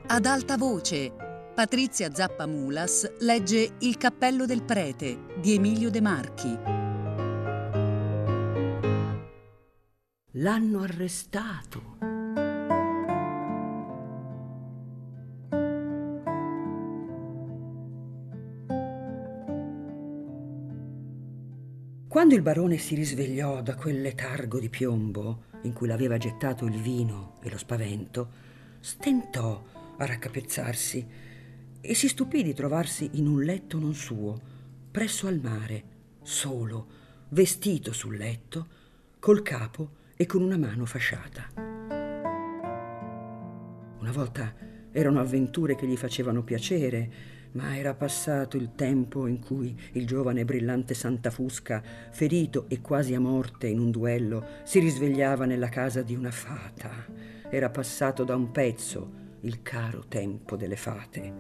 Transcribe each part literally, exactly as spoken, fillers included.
Ad alta voce, Patrizia Zappamulas legge Il cappello del prete di Emilio De Marchi. L'hanno arrestato. Quando il barone si risvegliò da quel letargo di piombo in cui l'aveva gettato il vino e lo spavento, stentò a raccapezzarsi e si stupì di trovarsi in un letto non suo, presso al mare, solo, vestito sul letto, col capo e con una mano fasciata. Una volta erano avventure che gli facevano piacere, ma era passato il tempo in cui il giovane brillante Santafusca, ferito e quasi a morte in un duello, si risvegliava nella casa di una fata. Era passato da un pezzo il caro tempo delle fate.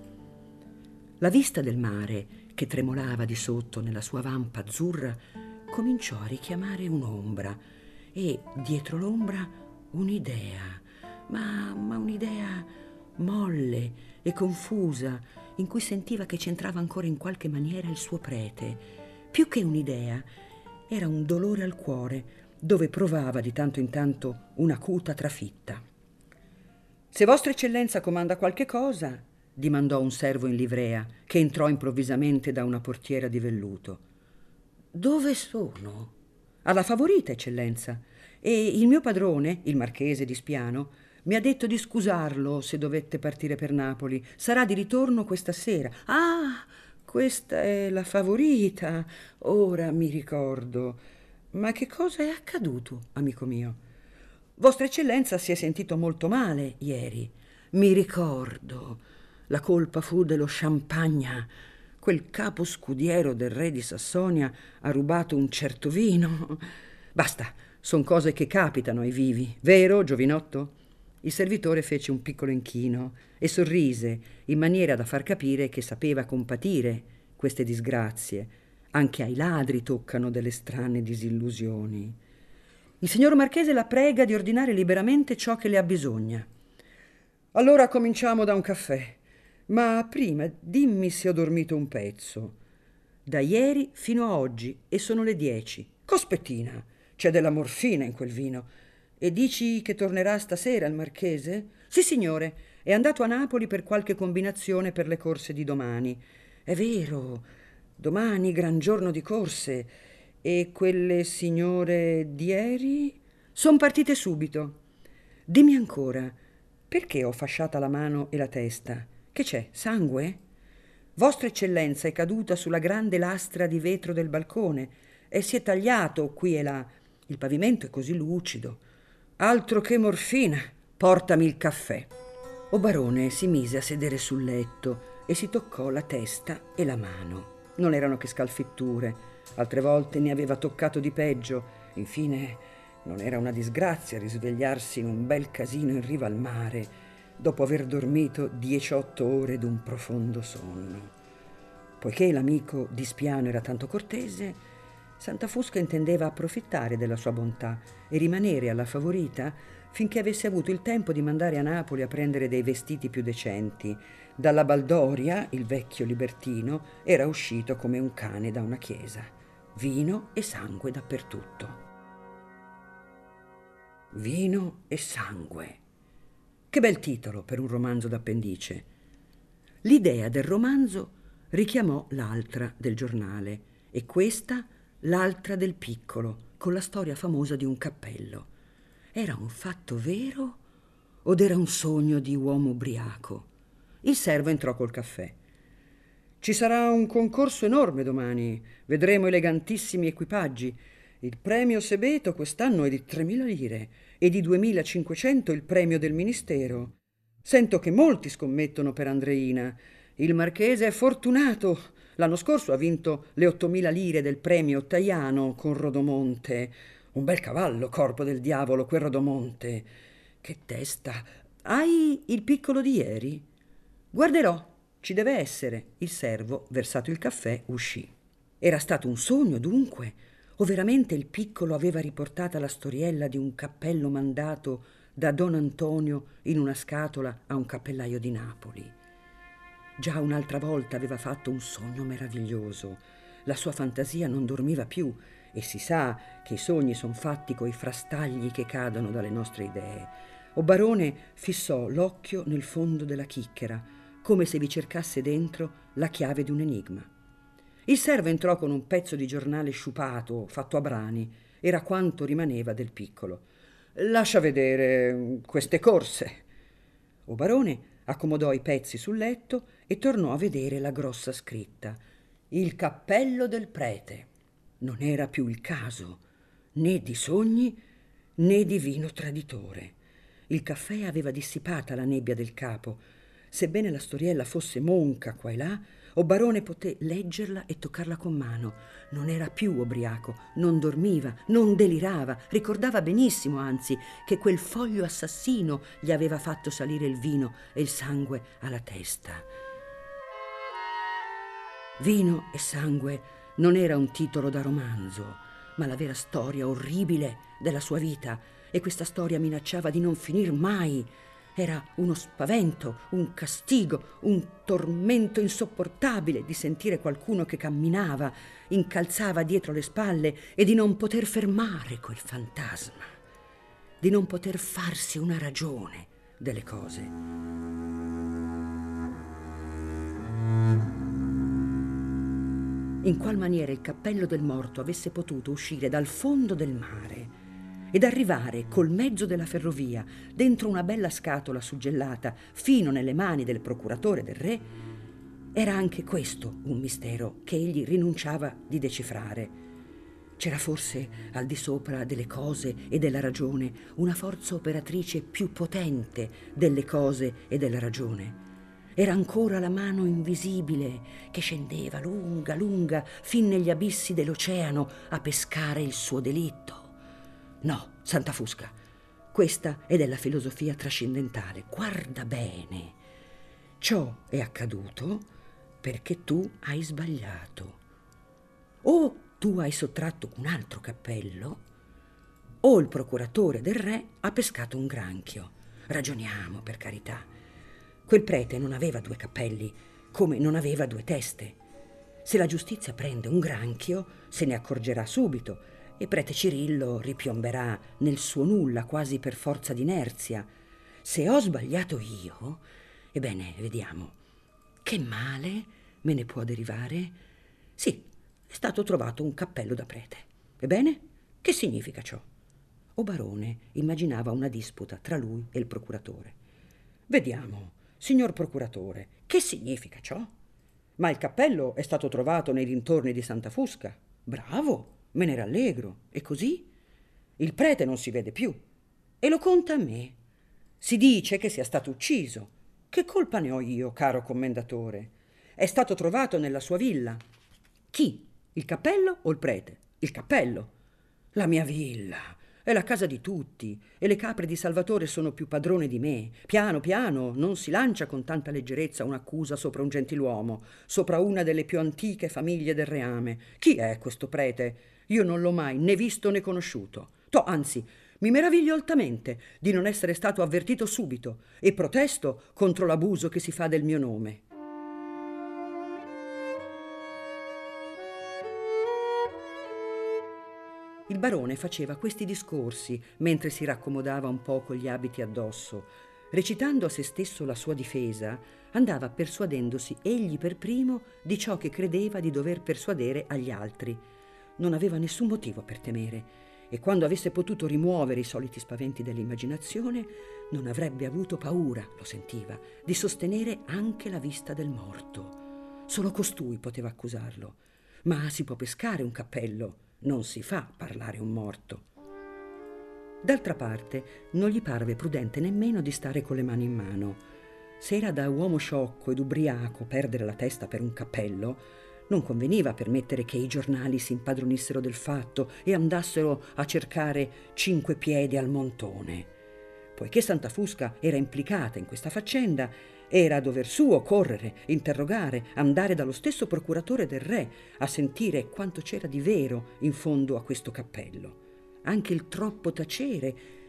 La vista del mare, che tremolava di sotto nella sua vampa azzurra, cominciò a richiamare un'ombra e dietro l'ombra un'idea, ma, ma un'idea molle e confusa, in cui sentiva che c'entrava ancora in qualche maniera il suo prete. Più che un'idea, era un dolore al cuore, dove provava di tanto in tanto un'acuta trafitta. «Se vostra eccellenza comanda qualche cosa», dimandò un servo in livrea, che entrò improvvisamente da una portiera di velluto. «Dove sono?» «Alla Favorita, eccellenza. E il mio padrone, il marchese di Spiano, mi ha detto di scusarlo se dovette partire per Napoli. Sarà di ritorno questa sera». «Ah, questa è la Favorita. Ora mi ricordo. Ma che cosa è accaduto, amico mio?» «Vostra eccellenza si è sentito molto male ieri». «Mi ricordo. La colpa fu dello champagne. Quel capo scudiero del re di Sassonia ha rubato un certo vino. Basta, son cose che capitano ai vivi, vero, giovinotto?» Il servitore fece un piccolo inchino e sorrise, in maniera da far capire che sapeva compatire queste disgrazie. Anche ai ladri toccano delle strane disillusioni. «Il signor marchese la prega di ordinare liberamente ciò che le abbisogna». «Allora cominciamo da un caffè. Ma prima dimmi se ho dormito un pezzo». «Da ieri fino a oggi e sono le dieci». «Cospettina, c'è della morfina in quel vino. E dici che tornerà stasera il marchese?» «Sì, signore, è andato a Napoli per qualche combinazione per le corse di domani». «È vero, domani gran giorno di corse. E quelle signore di ieri?» «Son partite subito». «Dimmi ancora, perché ho fasciata la mano e la testa? Che c'è, sangue?» «Vostra eccellenza è caduta sulla grande lastra di vetro del balcone e si è tagliato qui e là. Il pavimento è così lucido». «Altro che morfina, portami il caffè». O barone si mise a sedere sul letto e si toccò la testa e la mano. Non erano che scalfitture, altre volte ne aveva toccato di peggio. Infine non era una disgrazia risvegliarsi in un bel casino in riva al mare, dopo aver dormito diciotto ore d'un profondo sonno. Poiché l'amico di Spiano era tanto cortese, Santafusca intendeva approfittare della sua bontà e rimanere alla Favorita finché avesse avuto il tempo di mandare a Napoli a prendere dei vestiti più decenti. Dalla baldoria, il vecchio libertino era uscito come un cane da una chiesa. Vino e sangue dappertutto. Vino e sangue. Che bel titolo per un romanzo d'appendice. L'idea del romanzo richiamò l'altra del giornale e questa l'altra del piccolo, con la storia famosa di un cappello. Era un fatto vero od era un sogno di uomo ubriaco? Il servo entrò col caffè. «Ci sarà un concorso enorme domani. Vedremo elegantissimi equipaggi. Il premio Sebeto quest'anno è di tremila lire e di duemilacinquecento il premio del ministero. Sento che molti scommettono per Andreina. Il marchese è fortunato. L'anno scorso ha vinto le ottomila lire del premio Ottaiano con Rodomonte. Un bel cavallo, corpo del diavolo, quel Rodomonte. Che testa! Hai il piccolo di ieri?» «Guarderò, ci deve essere». Il servo, versato il caffè, uscì. Era stato un sogno, dunque? O veramente il piccolo aveva riportata la storiella di un cappello mandato da Don Antonio in una scatola a un cappellaio di Napoli. Già un'altra volta aveva fatto un sogno meraviglioso. La sua fantasia non dormiva più e si sa che i sogni sono fatti coi frastagli che cadono dalle nostre idee. O Barone fissò l'occhio nel fondo della chicchera, come se vi cercasse dentro la chiave di un enigma. Il servo entrò con un pezzo di giornale sciupato, fatto a brani. Era quanto rimaneva del piccolo. «Lascia vedere queste corse». O Barone accomodò i pezzi sul letto e tornò a vedere la grossa scritta: «Il cappello del prete». Non era più il caso, né di sogni né di vino traditore. Il caffè aveva dissipata la nebbia del capo. Sebbene la storiella fosse monca qua e là, O Barone poté leggerla e toccarla con mano. Non era più ubriaco, non dormiva, non delirava, ricordava benissimo, anzi, che quel foglio assassino gli aveva fatto salire il vino e il sangue alla testa. Vino e sangue non era un titolo da romanzo, ma la vera storia orribile della sua vita, e questa storia minacciava di non finir mai. Era uno spavento, un castigo, un tormento insopportabile di sentire qualcuno che camminava, incalzava dietro le spalle e di non poter fermare quel fantasma, di non poter farsi una ragione delle cose. In qual maniera il cappello del morto avesse potuto uscire dal fondo del mare ed arrivare col mezzo della ferrovia dentro una bella scatola suggellata fino nelle mani del procuratore del re, era anche questo un mistero che egli rinunciava di decifrare. C'era forse al di sopra delle cose e della ragione una forza operatrice più potente delle cose e della ragione. Era ancora la mano invisibile che scendeva lunga, lunga, fin negli abissi dell'oceano a pescare il suo delitto. No, Santa Fusca, questa è della filosofia trascendentale. Guarda bene. Ciò è accaduto perché tu hai sbagliato. O tu hai sottratto un altro cappello, o il procuratore del re ha pescato un granchio. Ragioniamo, per carità. Quel prete non aveva due cappelli, come non aveva due teste. Se la giustizia prende un granchio, se ne accorgerà subito, e prete Cirillo ripiomberà nel suo nulla quasi per forza d'inerzia. Se ho sbagliato io, ebbene, vediamo, che male me ne può derivare? Sì, è stato trovato un cappello da prete. Ebbene, che significa ciò? O Barone immaginava una disputa tra lui e il procuratore. Vediamo, signor procuratore, che significa ciò? Ma il cappello è stato trovato nei dintorni di Santa Fusca. Bravo! Me ne rallegro. E così? Il prete non si vede più. E lo conta a me. Si dice che sia stato ucciso. Che colpa ne ho io, caro commendatore? È stato trovato nella sua villa. Chi? Il cappello o il prete? Il cappello. La mia villa è la casa di tutti e le capre di Salvatore sono più padrone di me. Piano piano, non si lancia con tanta leggerezza un'accusa sopra un gentiluomo, sopra una delle più antiche famiglie del reame. Chi è questo prete? Io non l'ho mai né visto né conosciuto. To, anzi, mi meraviglio altamente di non essere stato avvertito subito e protesto contro l'abuso che si fa del mio nome. Il barone faceva questi discorsi mentre si raccomodava un po' con gli abiti addosso. Recitando a se stesso la sua difesa, andava persuadendosi egli per primo di ciò che credeva di dover persuadere agli altri. Non aveva nessun motivo per temere e quando avesse potuto rimuovere i soliti spaventi dell'immaginazione non avrebbe avuto paura, lo sentiva, di sostenere anche la vista del morto. Solo costui poteva accusarlo. Ma si può pescare un cappello, non si fa parlare un morto. D'altra parte non gli parve prudente nemmeno di stare con le mani in mano. Se era da uomo sciocco ed ubriaco perdere la testa per un cappello, non conveniva permettere che i giornali si impadronissero del fatto e andassero a cercare cinque piedi al montone. Poiché Santa Fusca era implicata in questa faccenda, era a dover suo correre, interrogare, andare dallo stesso procuratore del re a sentire quanto c'era di vero in fondo a questo cappello. Anche il troppo tacere,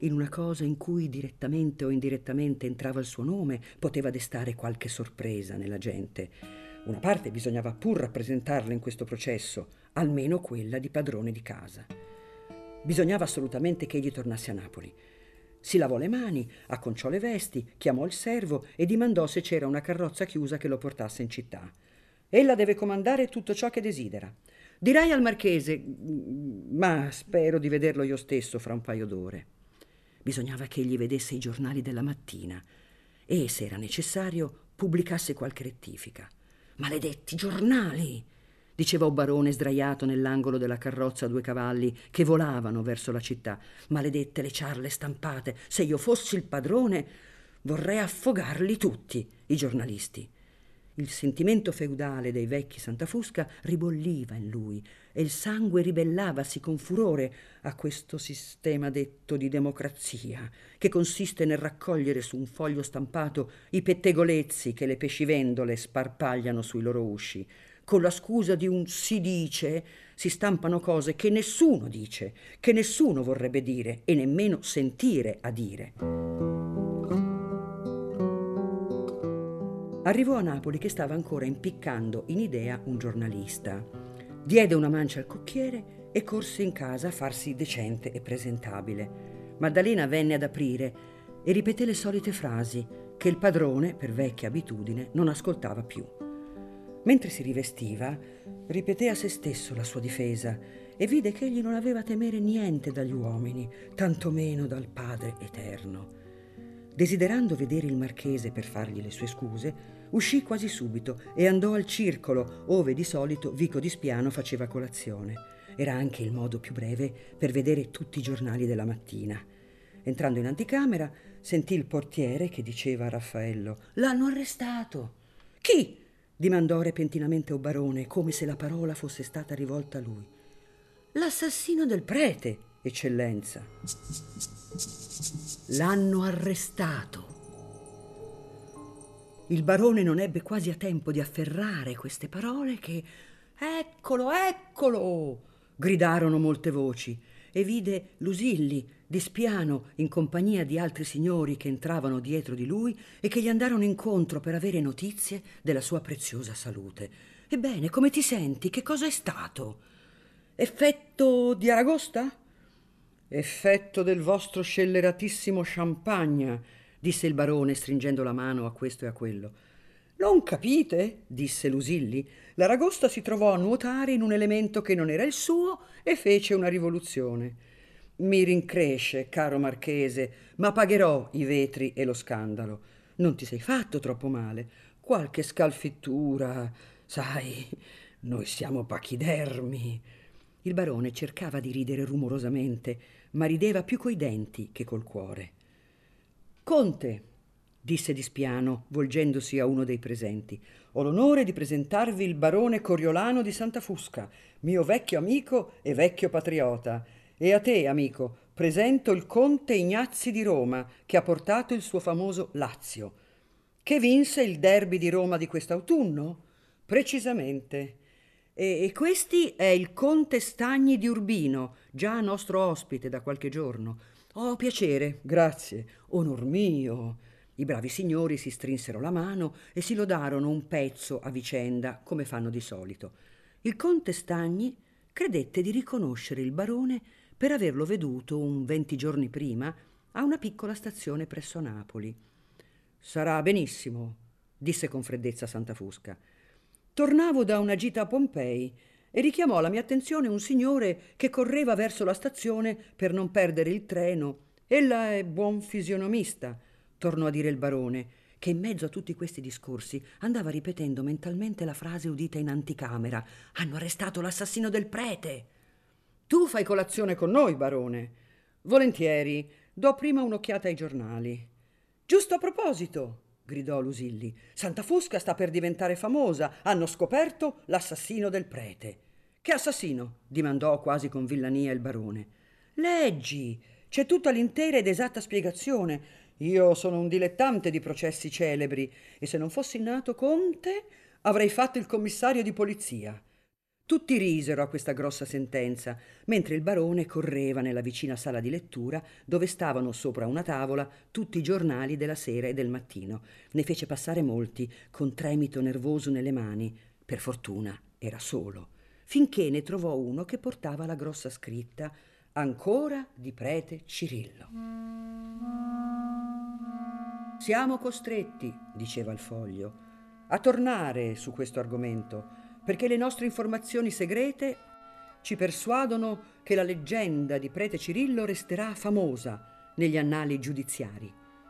in una cosa in cui direttamente o indirettamente entrava il suo nome, poteva destare qualche sorpresa nella gente. Una parte bisognava pur rappresentarla in questo processo, almeno quella di padrone di casa. Bisognava assolutamente che egli tornasse a Napoli. Si lavò le mani, acconciò le vesti, chiamò il servo e dimandò se c'era una carrozza chiusa che lo portasse in città. Ella deve comandare tutto ciò che desidera. Dirai al marchese, ma spero di vederlo io stesso fra un paio d'ore. Bisognava che egli vedesse i giornali della mattina e, se era necessario, pubblicasse qualche rettifica. Maledetti giornali! Diceva un barone sdraiato nell'angolo della carrozza a due cavalli che volavano verso la città. Maledette le ciarle stampate! Se io fossi il padrone, vorrei affogarli tutti, i giornalisti. Il sentimento feudale dei vecchi Santafusca ribolliva in lui e il sangue ribellavasi con furore a questo sistema detto di democrazia, che consiste nel raccogliere su un foglio stampato i pettegolezzi che le pescivendole sparpagliano sui loro usci. Con la scusa di un si dice si stampano cose che nessuno dice, che nessuno vorrebbe dire e nemmeno sentire a dire. Arrivò a Napoli che stava ancora impiccando in idea un giornalista. Diede una mancia al cocchiere e corse in casa a farsi decente e presentabile. Maddalena venne ad aprire e ripeté le solite frasi che il padrone, per vecchia abitudine, non ascoltava più. Mentre si rivestiva, ripeté a se stesso la sua difesa e vide che egli non aveva a temere niente dagli uomini, tantomeno dal Padre Eterno. Desiderando vedere il marchese per fargli le sue scuse, uscì quasi subito e andò al circolo, ove di solito Vico di Spiano faceva colazione. Era anche il modo più breve per vedere tutti i giornali della mattina. Entrando in anticamera, sentì il portiere che diceva a Raffaello: «L'hanno arrestato!» «Chi?» dimandò repentinamente un barone, come se la parola fosse stata rivolta a lui. «L'assassino del prete, eccellenza!» «L'hanno arrestato!» Il barone non ebbe quasi a tempo di afferrare queste parole che «Eccolo, eccolo!» gridarono molte voci e vide Lusilli di Spiano in compagnia di altri signori che entravano dietro di lui e che gli andarono incontro per avere notizie della sua preziosa salute. «Ebbene, come ti senti? Che cosa è stato?» «Effetto di Aragosta?» «Effetto del vostro scelleratissimo champagne», disse il barone stringendo la mano a questo e a quello. «Non capite?» disse Lusilli. «L'Aragosta si trovò a nuotare in un elemento che non era il suo e fece una rivoluzione. Mi rincresce, caro marchese, ma pagherò i vetri e lo scandalo. Non ti sei fatto troppo male? Qualche scalfittura, sai, noi siamo pachidermi». Il barone cercava di ridere rumorosamente, ma rideva più coi denti che col cuore. «Conte», disse di Spiano, volgendosi a uno dei presenti, «ho l'onore di presentarvi il barone Coriolano di Santafusca, mio vecchio amico e vecchio patriota. E a te, amico, presento il conte Ignazzi di Roma, che ha portato il suo famoso Lazio. Che vinse il derby di Roma di quest'autunno? Precisamente. E, e questi è il conte Stagni di Urbino, già nostro ospite da qualche giorno. Oh, piacere, grazie, onor mio». I bravi signori si strinsero la mano e si lodarono un pezzo a vicenda, come fanno di solito. Il conte Stagni credette di riconoscere il barone per averlo veduto un venti giorni prima a una piccola stazione presso Napoli. «Sarà benissimo», disse con freddezza Santafusca. «Tornavo da una gita a Pompei e richiamò la mia attenzione un signore che correva verso la stazione per non perdere il treno. Ella è buon fisionomista», tornò a dire il barone, che in mezzo a tutti questi discorsi andava ripetendo mentalmente la frase udita in anticamera: «Hanno arrestato l'assassino del prete!» «Tu fai colazione con noi, barone?» «Volentieri, do prima un'occhiata ai giornali». «Giusto a proposito», gridò Lusilli, «Santafusca sta per diventare famosa, hanno scoperto l'assassino del prete». «Che assassino?» dimandò quasi con villania il barone. «Leggi, c'è tutta l'intera ed esatta spiegazione. Io sono un dilettante di processi celebri e se non fossi nato conte avrei fatto il commissario di polizia. Tutti risero a questa grossa sentenza, mentre il barone correva nella vicina sala di lettura dove stavano sopra una tavola tutti i giornali della sera e del mattino. Ne fece passare molti, con tremito nervoso nelle mani. Per fortuna era solo, finché ne trovò uno che portava la grossa scritta «Ancora di prete Cirillo». «Siamo costretti», diceva il foglio, «a tornare su questo argomento, perché le nostre informazioni segrete ci persuadono che la leggenda di prete Cirillo resterà famosa negli annali giudiziari.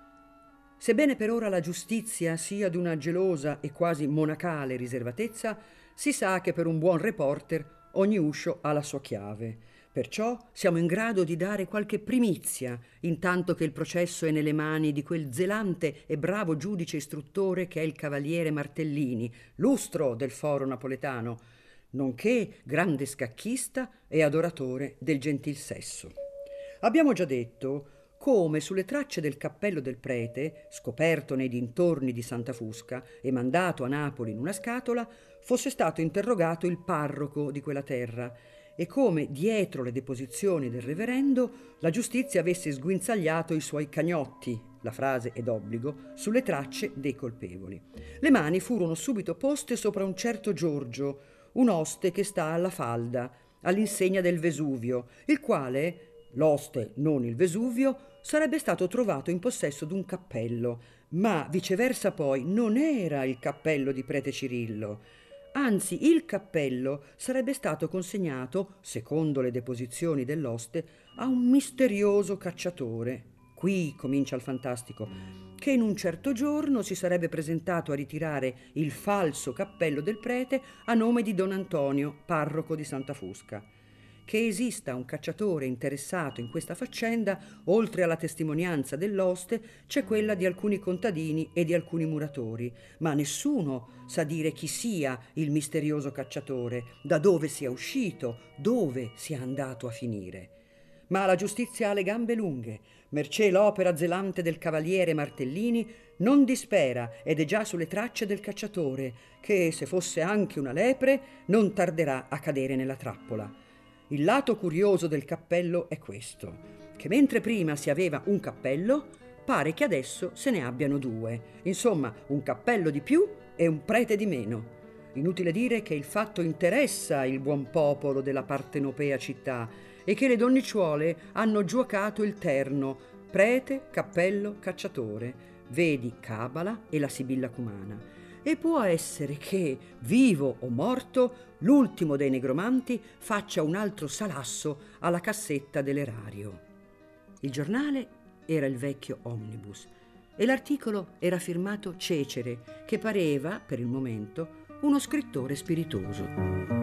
Sebbene per ora la giustizia sia d'una gelosa e quasi monacale riservatezza, si sa che per un buon reporter ogni uscio ha la sua chiave. Perciò siamo in grado di dare qualche primizia, intanto che il processo è nelle mani di quel zelante e bravo giudice istruttore che è il cavaliere Martellini, lustro del foro napoletano, nonché grande scacchista e adoratore del gentil sesso. Abbiamo già detto come sulle tracce del cappello del prete, scoperto nei dintorni di Santa Fusca e mandato a Napoli in una scatola, fosse stato interrogato il parroco di quella terra, e come dietro le deposizioni del reverendo la giustizia avesse sguinzagliato i suoi cagnotti, la frase è d'obbligo, sulle tracce dei colpevoli. Le mani furono subito poste sopra un certo Giorgio, un oste che sta alla falda, all'insegna del Vesuvio, il quale, l'oste non il Vesuvio, sarebbe stato trovato in possesso d'un cappello, ma viceversa poi non era il cappello di prete Cirillo. Anzi, il cappello sarebbe stato consegnato, secondo le deposizioni dell'oste, a un misterioso cacciatore. Qui comincia il fantastico, che in un certo giorno si sarebbe presentato a ritirare il falso cappello del prete a nome di Don Antonio, parroco di Santa Fusca. Che esista un cacciatore interessato in questa faccenda, oltre alla testimonianza dell'oste, c'è quella di alcuni contadini e di alcuni muratori, ma nessuno sa dire chi sia il misterioso cacciatore, da dove sia uscito, dove sia andato a finire. Ma la giustizia ha le gambe lunghe, mercé l'opera zelante del cavaliere Martellini, non dispera ed è già sulle tracce del cacciatore, che, se fosse anche una lepre, non tarderà a cadere nella trappola. Il lato curioso del cappello è questo, che mentre prima si aveva un cappello, pare che adesso se ne abbiano due. Insomma, un cappello di più e un prete di meno. Inutile dire che il fatto interessa il buon popolo della partenopea città e che le donnicciuole hanno giuocato il terno prete, cappello, cacciatore, vedi Cabala e la Sibilla Cumana. E può essere che, vivo o morto, l'ultimo dei negromanti faccia un altro salasso alla cassetta dell'erario. Il giornale era il vecchio Omnibus e l'articolo era firmato Cecere, che pareva, per il momento, uno scrittore spiritoso.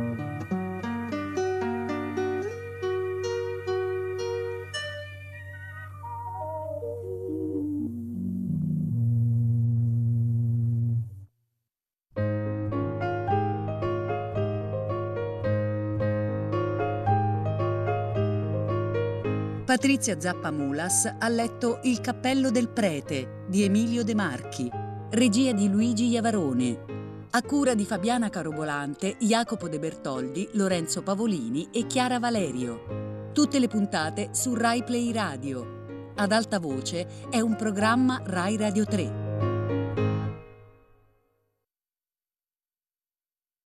Patrizia Zappamulas ha letto Il cappello del prete di Emilio De Marchi, regia di Luigi Iavarone, a cura di Fabiana Carobolante, Jacopo De Bertoldi, Lorenzo Pavolini e Chiara Valerio. Tutte le puntate su Rai Play Radio. Ad alta voce è un programma Rai Radio tre.